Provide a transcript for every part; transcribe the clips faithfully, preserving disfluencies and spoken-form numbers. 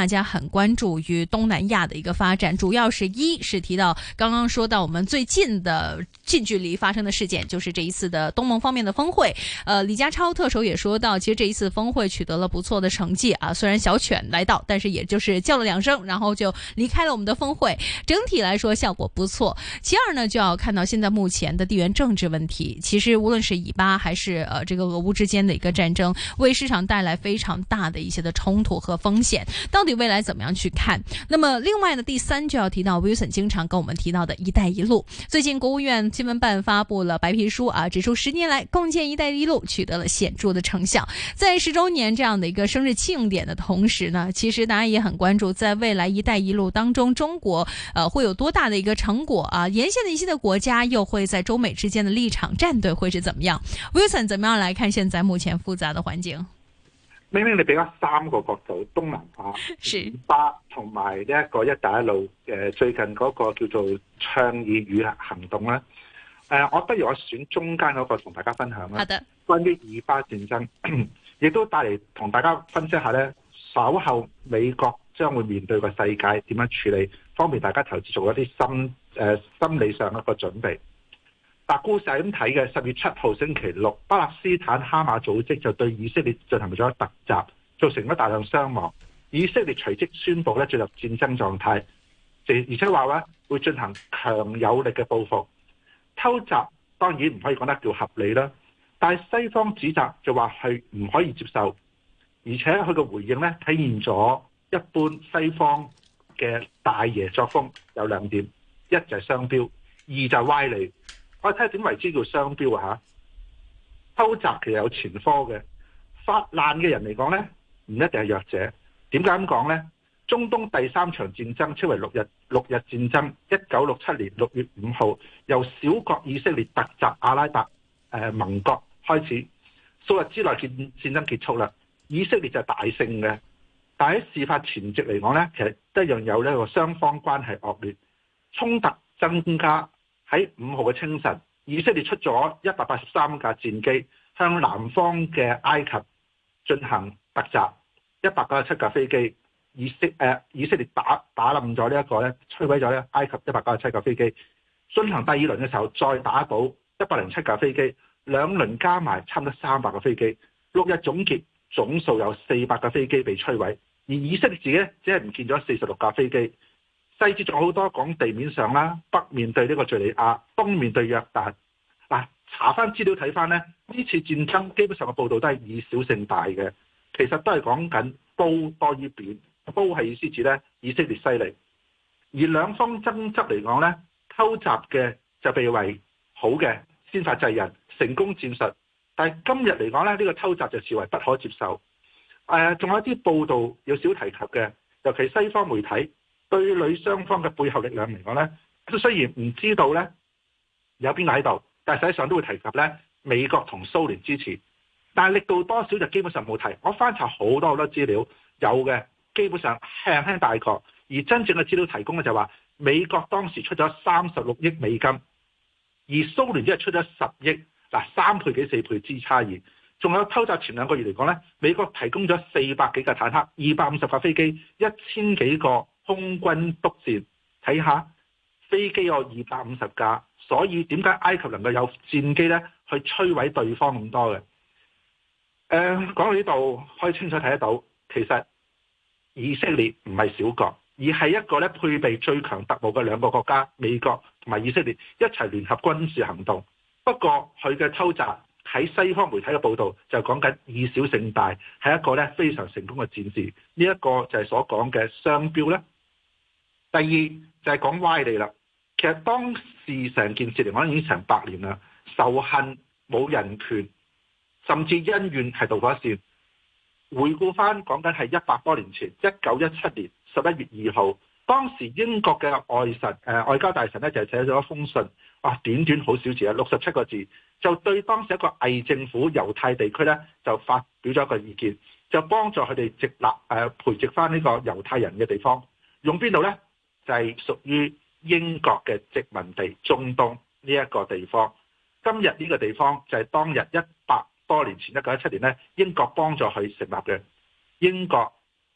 大家很关注于东南亚的一个发展，主要是一是提到刚刚说到我们最近的近距离发生的事件，就是这一次的东盟方面的峰会。呃，李家超特首也说到，其实这一次峰会取得了不错的成绩啊，虽然小犬来到，但是也就是叫了两声，然后就离开了我们的峰会，整体来说效果不错。其二呢，就要看到现在目前的地缘政治问题，其实无论是以巴还是呃这个俄乌之间的一个战争，为市场带来非常大的一些的冲突和风险，到底未来怎么样去看？那么另外呢，第三就要提到 Wilson 经常跟我们提到的一带一路，最近国务院新闻办发布了白皮书啊，指出十年来共建一带一路取得了显著的成效。在十周年这样的一个生日庆典的同时呢，其实大家也很关注在未来一带一路当中，中国呃会有多大的一个成果啊？沿线的一些的国家又会在中美之间的立场站队会是怎么样 ？Wilson 怎么样来看现在目前复杂的環境？ 明明你俾咗三個角度，東南亞、以巴同埋呢一個一帶一路誒最近嗰個叫做倡議與行動咧。誒，我不如我選中間嗰個同大家分享啦。 好的。 關於以巴戰爭，亦都帶嚟同大家分析下咧，稍後美國將會面對個世界點樣處理，方便大家投資做一啲心誒、呃、心理上一個準備。嗱，故事係咁睇嘅。十月七號星期六，巴勒斯坦哈馬組織就對以色列進行咗突襲，造成咗大量傷亡。以色列隨即宣布咧進入戰爭狀態，而且話咧會進行強有力嘅報復。偷襲當然唔可以講得叫合理啦，但係西方指責就話係唔可以接受，而且佢嘅回應咧體現咗一般西方嘅大爺作風有兩點，一就係雙標，二就係歪理。我睇下點為之叫雙標啊嚇！偷襲其實有前科嘅，發難嘅人嚟講呢，唔一定係弱者。點解咁講呢？中東第三場戰爭稱為六日六日戰爭，一九六七年六月五號由小國以色列突襲阿拉伯誒、呃、盟國開始，數日之內戰戰爭結束啦。以色列就係大勝嘅，但喺事發前夕嚟講呢，其實一樣有呢個雙方關係惡劣，衝突增加。喺五號嘅清晨，以色列出咗一百八十三架戰機向南方嘅埃及進行突襲，一百九十七架飛機，以色誒、呃、以色列打打冧咗呢一個咧，摧毀咗咧埃及一百九十七架飛機。進行第二輪嘅時候，再打倒一百零七架飛機，兩輪加埋差唔多三百架飛機。六日總結總數有四百架飛機被摧毀，而以色列自己只係唔見咗四十六架飛機。細節仲好多，講地面上啦，北面對呢個敍利亞，東面對約旦。嗱，查翻資料睇翻呢，呢次戰爭基本上嘅報導都係以小勝大嘅，其實都係講緊褒多於貶。褒係意思指呢以色列犀利，而兩方爭執嚟講呢，偷襲嘅就被為好嘅先發制人，成功戰術。但係今日嚟講呢，呢、呢個偷襲就視為不可接受。誒、呃，仲有一啲報導有少提及嘅，尤其西方媒體。對壘雙方嘅背後力量嚟講呢，雖然唔知道呢有邊個喺度，但係實際上都會提及呢美國同蘇聯支持，但係力度多少就基本上冇提。我翻查好多好多資料，有嘅基本上輕輕帶過，而真正嘅資料提供嘅就話美國當時出咗三十六億美金，而蘇聯只係出咗十億，嗱三倍幾四倍之差異。仲有偷襲前兩個月嚟講呢，美國提供咗四百幾架坦克、二百五十架飛機、一千幾個空軍督戰，睇下飛機有二百五十架，所以點解埃及能夠有戰機呢去摧毀對方咁多嘅？誒、呃，講到呢度可以清楚睇得到，其實以色列唔係小國，而係一個咧配備最強特務嘅兩個國家，美國同埋以色列一齊聯合軍事行動。不過佢嘅偷襲喺西方媒體嘅報導就講緊以小勝大，係一個咧非常成功嘅戰事。呢、這、一個就係所講嘅雙標咧。第二就係講歪理啦。其實當時成件事嚟講已經成百年啦，仇恨冇人權，甚至恩怨係導火線。回顧翻講緊係一百多年前，一九一七年十一月二號，當時英國嘅外神誒、呃、外交大臣咧就寫咗一封信，哇短短好少字啊，六十七個字，就對當時一個偽政府猶太地區咧就發表咗一個意見，就幫助佢哋直立誒、呃、培植翻呢個猶太人嘅地方，用邊度呢？就係、是、屬於英國嘅殖民地中東呢一個地方。今日呢個地方就係當日一百多年前一九一七年咧，英國幫助佢成立嘅。英國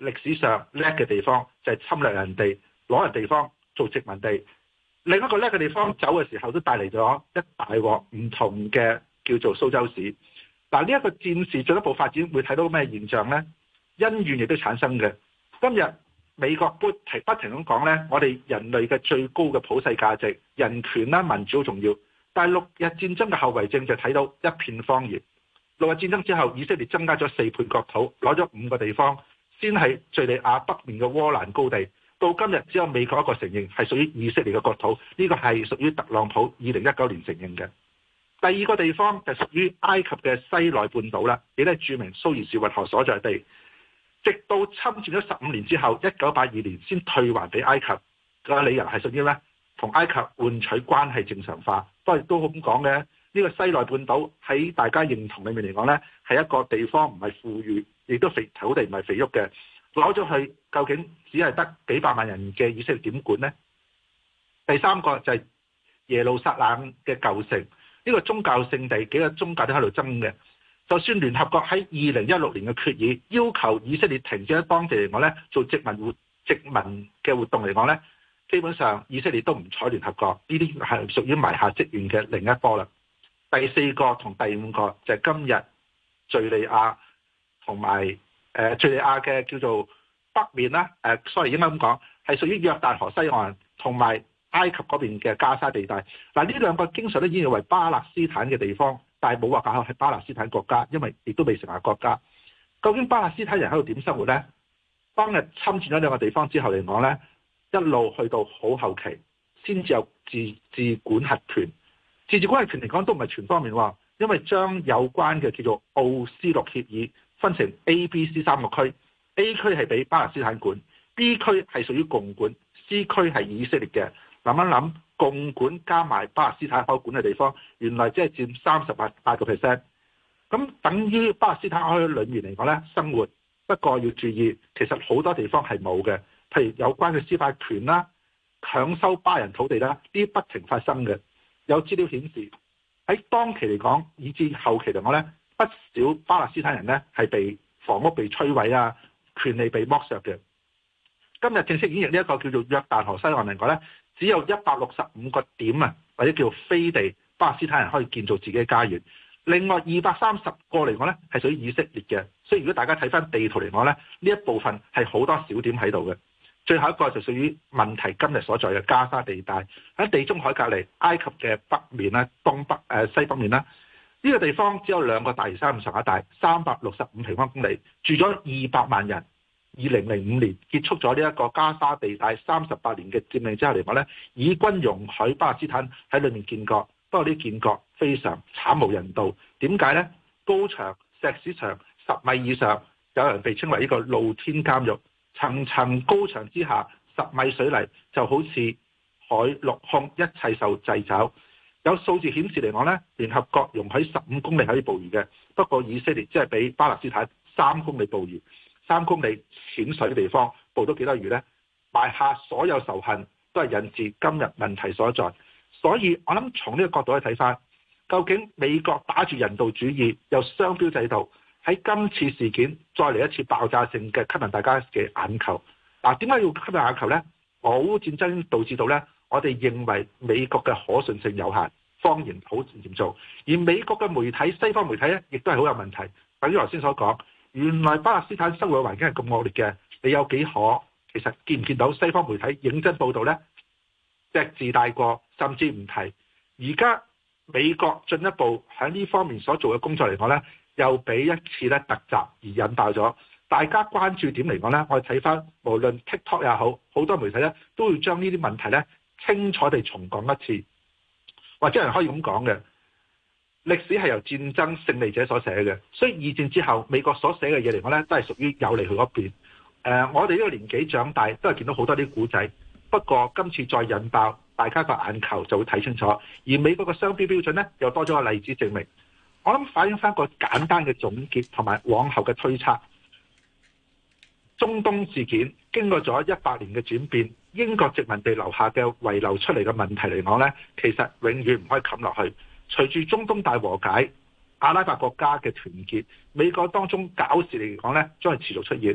歷史上叻嘅地方就係侵略人哋，攞人地方做殖民地。另一個叻嘅地方走嘅時候都帶嚟咗一大鑊唔同嘅叫做蘇州市。嗱，呢一個戰事進一步發展會睇到咩現象呢？恩怨亦都產生嘅。今日美國不停不停咁講呢，我哋人類嘅最高嘅普世價值、人權啦、民主好重要。但係六日戰爭嘅後遺症就睇到一片荒蕪。六日戰爭之後，以色列增加咗四倍國土，攞咗五個地方，先係敍利亞北面嘅戈蘭高地。到今日只有美國一個承認係屬於以色列嘅國土，呢個係屬於特朗普二零一九年承認嘅。第二個地方就屬於埃及嘅西奈半島啦，亦都係著名蘇伊士運河所在地。直到侵佔咗十五年之後，一九八二年先退還俾埃及。個理由係屬於咩？同埃及換取關係正常化。不過亦都好咁講嘅，呢個西奈半島喺大家認同裏面嚟講呢，係一個地方唔係富裕，亦都肥土地唔係肥沃嘅。攞咗去究竟只係得幾百萬人嘅以色列點管呢？第三個就係耶路撒冷嘅舊城，呢個宗教聖地，幾個宗教都喺度爭嘅。就算聯合國喺二零一六年嘅決議要求以色列停止喺當地嚟講呢做殖民活殖民嘅活動嚟講呢，基本上以色列都唔睬聯合國，呢啲係屬於埋下積怨嘅另一波啦。第四個同第五個就係今日敍利亞同埋。誒敍利亞嘅叫做北面啦，誒 sorry 應該咁講，係屬於約旦河西岸同埋埃及嗰邊嘅加沙地帶。嗱，呢兩個經常都演繹為巴勒斯坦嘅地方，但係冇話架構係巴勒斯坦國家，因為亦都未成為國家。究竟巴勒斯坦人喺度點生活呢？當日侵佔咗兩個地方之後嚟講呢，一路去到好後期先至有自治管轄權。自治管轄權嚟講都唔係全方面喎，因為將有關嘅叫做奧斯陸協議分成 A、B、C 三個區。A 區係俾巴勒斯坦管， B 區係屬於共管， C 區係以色列嘅。諗一諗，共管加埋巴勒斯坦可管嘅地方，原來即係佔三十八八個 percent。咁等於巴勒斯坦可以裏面嚟講咧生活。不過要注意，其實好多地方係冇嘅，譬如有關嘅司法權啦、強收巴人土地啦，呢啲不停發生嘅。有資料顯示喺當期嚟講，以至後期嚟講咧，不少巴勒斯坦人咧係被房屋被摧毀啊，權利被剝削嘅。今日正式演繹呢一個叫做約旦河西岸嚟講咧，只有一百六十五個點啊，或者叫做飛地，巴勒斯坦人可以建造自己嘅家園。另外二百三十個嚟講咧係屬於以色列嘅，所以如果大家睇翻地圖嚟講咧，呢一部分係好多小點喺度嘅。最後一個就屬於問題今日所在嘅加沙地帶，喺地中海隔離埃及嘅北面啦、東北誒、呃、西北面啦，呢、這個地方只有兩個大嶼山咁上下大，三百六十五平方公里，住咗二百萬人。二零零五年結束咗呢一個加沙地帶三十八年嘅佔領之後嚟講咧，以軍容許巴勒斯坦喺裏面建國，不過呢建國非常慘無人道。點解呢？高牆、石屎牆十米以上，有人被稱為呢個露天監獄。層層高牆之下，十米水泥就好似海陸空一切受掣肘。有數字顯示嚟講呢，聯合國容許十五公里可以捕魚嘅，不過以色列只係俾巴勒斯坦三公里捕魚。三公里淺水嘅地方捕到幾多魚呢？埋下所有仇恨都係引致今日問題所在。所以我諗從呢個角度去睇翻，究竟美國打住人道主義又雙標制度，喺今次事件再嚟一次爆炸性嘅吸引大家嘅眼球。嗱，點解要吸引眼球呢？俄烏戰爭導致到呢，我哋認為美國嘅可信性有限，謊言好嚴重。而美國嘅媒體、西方媒體咧，亦都係好有問題。等於頭先所講。原來巴勒斯坦生活嘅環境係咁惡劣嘅，你有幾可其實見唔見到西方媒體認真報導呢？隻字帶過，甚至唔提。而家美國進一步喺呢方面所做嘅工作嚟講呢，又俾一次咧突襲而引爆咗大家關注點嚟講呢，我哋睇翻無論 TikTok 也好，好多媒體咧都會將呢啲問題咧清楚地重講一次，或者人可以咁講嘅。歷史係由戰爭勝利者所寫嘅，所以二戰之後美國所寫嘅嘢嚟講呢，都係屬於有利佢嗰邊。呃，我哋呢個年紀長大都係見到好多啲古仔，不過今次再引爆，大家個眼球就會睇清楚。而美國嘅雙標標準呢，又多咗個例子證明。我諗反映翻個簡單嘅總結同埋往後嘅推測。中東事件經過咗一百年嘅轉變，英國殖民地留下嘅遺留出嚟嘅問題嚟講呢，其實永遠唔可以冚落去。隨住中東大和解，阿拉伯國家嘅團結，美國當中搞事嚟講呢，將係持續出現。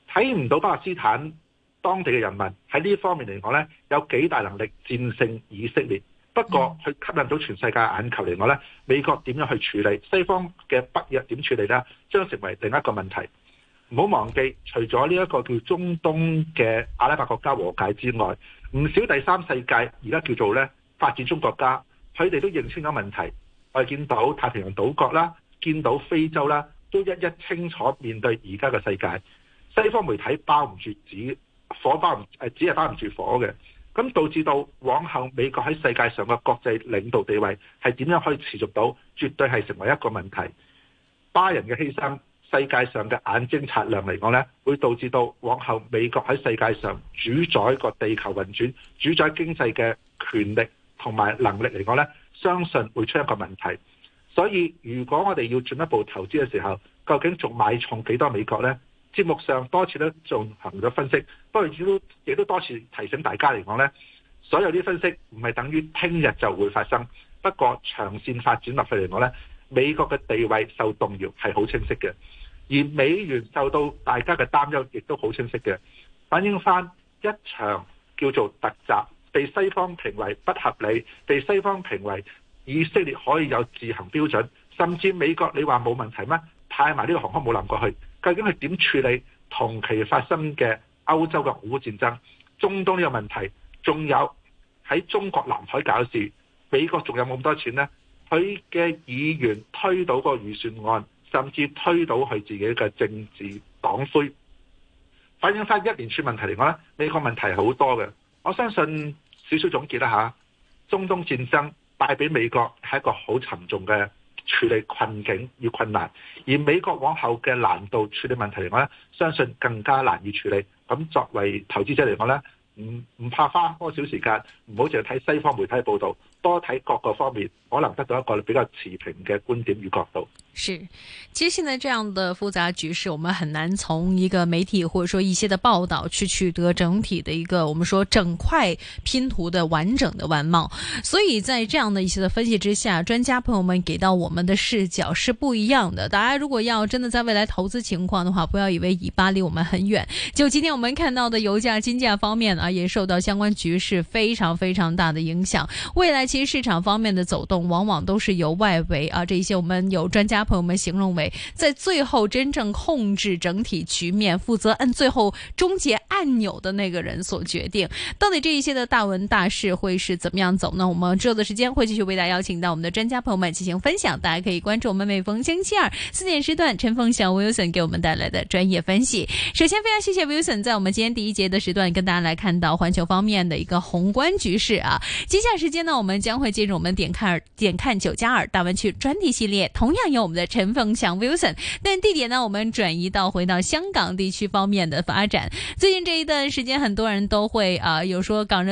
睇唔到巴勒斯坦當地嘅人民喺呢方面嚟講呢，有幾大能力戰勝以色列。不過去吸引到全世界眼球嚟講呢，美國點樣去處理？西方嘅北約點處理呢？將成為另一個問題。唔好忘記，除咗呢一個叫中東嘅阿拉伯國家和解之外，唔少第三世界而家叫做呢發展中國家，佢哋都認清咗問題。我哋見到太平洋島國啦，見到非洲啦，都一一清楚面對而家嘅世界。西方媒體包唔住紙，火包唔誒紙係包唔住火嘅。咁導致到往後美國喺世界上嘅國際領導地位係點樣可以持續到，絕對係成為一個問題。巴人嘅犧牲，世界上嘅眼睛擦亮嚟講呢，會導致到往後美國喺世界上主宰個地球運轉、主宰經濟嘅權力同埋能力嚟講呢，相信會出一個問題。所以如果我哋要進一步投資嘅時候，究竟仲買重幾多美國呢？節目上多次都進行咗分析，不過亦都亦都多次提醒大家嚟講呢，所有啲分析唔係等於聽日就會發生，不過長線發展落去嚟講呢，美國嘅地位受動搖係好清晰嘅，而美元受到大家嘅擔憂亦都好清晰嘅，反映翻一場叫做突襲，被西方評為不合理，被西方評為以色列可以有自行標準，甚至美國你話冇問題咩？派埋呢個航空母艦過去，究竟係點處理同期發生嘅歐洲嘅俄烏戰爭、中東呢個問題？仲有喺中國南海搞事，美國仲有冇咁多錢呢？佢嘅議員推倒個預算案，甚至推倒佢自己嘅政治黨魁，反映翻一連串問題嚟講呢，美國問題係好多嘅。我相信少少總結啦嚇，中東戰爭帶俾美國係一個好沉重嘅處理困境與困難，而美國往後嘅難度處理問題嚟講咧，相信更加難以處理。咁作為投資者嚟講咧，唔唔怕花多少時間，唔好淨係睇西方媒體嘅報導，多睇各個方面，可能得到一個比較持平嘅觀點與角度。 是，其實現在這樣的複雜局勢，我們很難從一個媒體或者說一些的報道去取得整體的一個我們說整塊拼圖的完整的完貌。所以在這樣的一些的分析之下，專家朋友們給到我們的視角是不一樣的。大家如果要真的在未來投資情況的話，不要以為以巴離我們很遠。就今天我們看到的油價、金價方面啊，也受到相關局勢非常非常大的影響。未來其實市場方面的走動，往往都是由外圍啊這一些我們有專家朋友們形容為在最後真正控制整體局面、負責按最後終結按鈕的那個人所決定。到底這一些的大文大事會是怎麼樣走呢？我們之後的時間會繼續為大家邀請到我們的專家朋友們進行分享。大家可以關注我們每逢星期二四點時段陳鳳翔 Wilson 給我們帶來的專業分析。首先非常謝謝 Wilson 在我們今天第一節的時段跟大家來看到環球方面的一個宏觀局勢啊。接下來時間呢，我們將會進入我們點看點看九加二大灣區專題系列，同樣有我們的陳鳳翔 Wilson， 但地點呢，我們轉移到回到香港地區方面的發展。最近這一段時間，很多人都會啊、呃，有說港人